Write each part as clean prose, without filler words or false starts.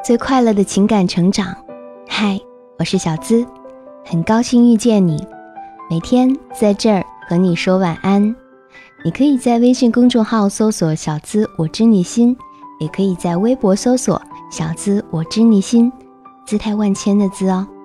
最快乐的情感成长。嗨，我是小资，很高兴遇见你，每天在这儿和你说晚安。你可以在微信公众号搜索小资我知你心，也可以在微博搜索小资我知你心，姿态万千的资哦。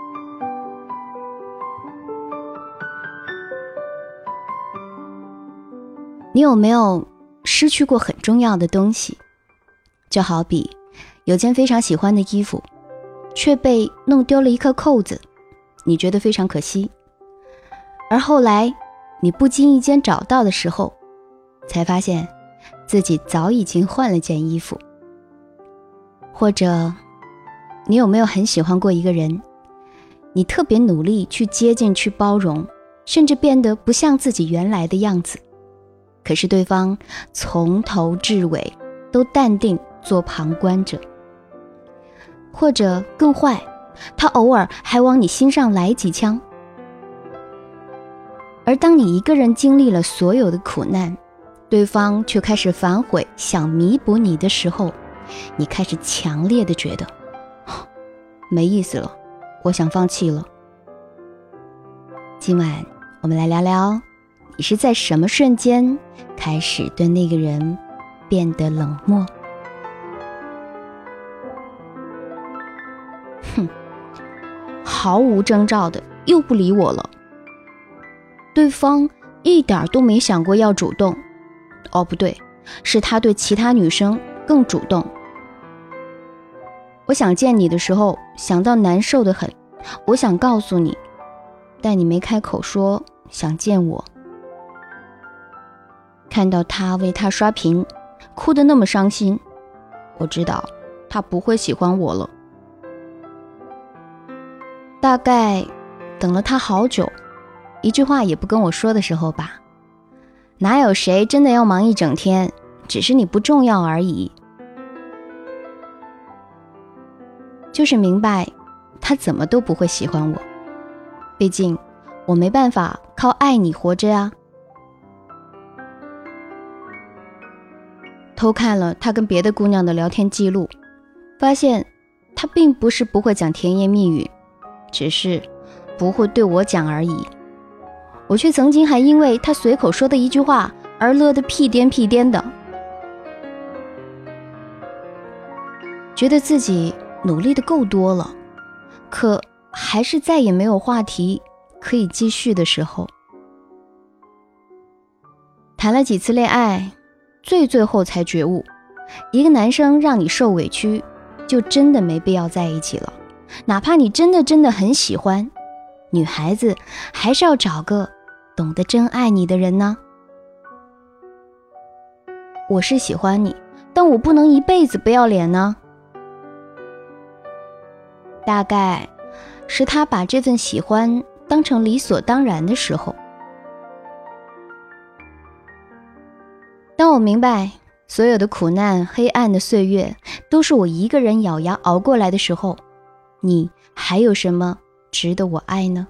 你有没有失去过很重要的东西？就好比有件非常喜欢的衣服，却被弄丢了一颗扣子，你觉得非常可惜。而后来你不经意间找到的时候，才发现自己早已经换了件衣服。或者你有没有很喜欢过一个人，你特别努力去接近，去包容，甚至变得不像自己原来的样子，可是对方从头至尾都淡定做旁观者。或者更坏，他偶尔还往你心上来几枪。而当你一个人经历了所有的苦难，对方却开始反悔，想弥补你的时候，你开始强烈的觉得没意思了，我想放弃了。今晚我们来聊聊，你是在什么瞬间开始对那个人变得冷漠？毫无征兆的又不理我了。对方一点都没想过要主动，哦不对，是他对其他女生更主动。我想见你的时候，想到难受得很，我想告诉你，但你没开口说想见我。看到他为他刷屏，哭得那么伤心，我知道他不会喜欢我了。大概等了他好久，一句话也不跟我说的时候吧，哪有谁真的要忙一整天，只是你不重要而已。就是明白他怎么都不会喜欢我，毕竟我没办法靠爱你活着啊。偷看了他跟别的姑娘的聊天记录，发现他并不是不会讲甜言蜜语，只是不会对我讲而已。我却曾经还因为他随口说的一句话而乐得屁颠屁颠的，觉得自己努力的够多了，可还是再也没有话题可以继续的时候。谈了几次恋爱，最后才觉悟，一个男生让你受委屈，就真的没必要在一起了。哪怕你真的很喜欢，女孩子还是要找个懂得真爱你的人呢。我是喜欢你，但我不能一辈子不要脸呢。大概是他把这份喜欢当成理所当然的时候。当我明白所有的苦难、黑暗的岁月都是我一个人咬牙熬过来的时候，你还有什么值得我爱呢？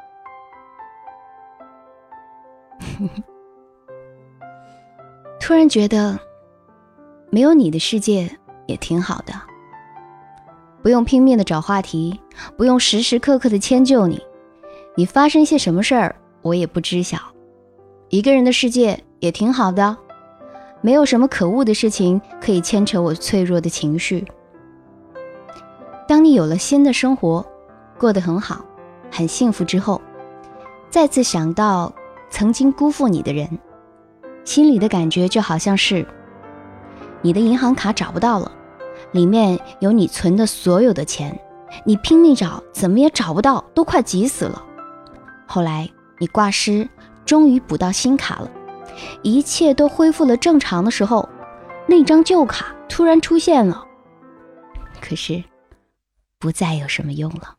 突然觉得没有你的世界也挺好的，不用拼命的找话题，不用时时刻刻的迁就你，你发生些什么事儿我也不知晓。一个人的世界也挺好的，没有什么可恶的事情可以牵扯我脆弱的情绪。当你有了新的生活，过得很好，很幸福之后，再次想到曾经辜负你的人，心里的感觉就好像是你的银行卡找不到了，里面有你存的所有的钱，你拼命找，怎么也找不到，都快急死了。后来你挂失，终于补到新卡了，一切都恢复了正常的时候，那张旧卡突然出现了，可是不再有什么用了。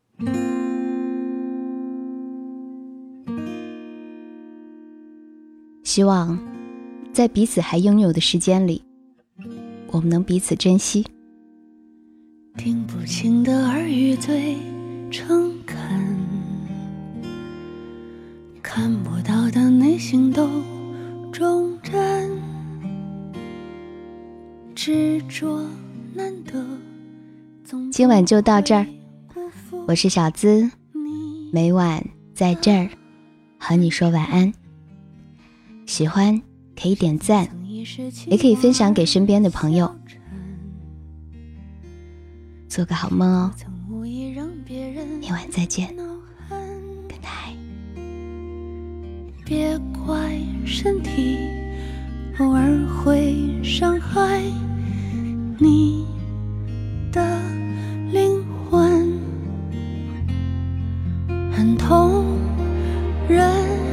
希望在彼此还拥有的时间里，我们能彼此珍惜。 听不清的耳语最诚恳，看不到的内心都忠贞，执着难得今晚就到这儿，我是小资，每晚在这儿和你说晚安。喜欢可以点赞，也可以分享给身边的朋友。做个好梦哦，明晚再见。Good night。 别怪身体偶尔会伤害你的灵魂，很痛人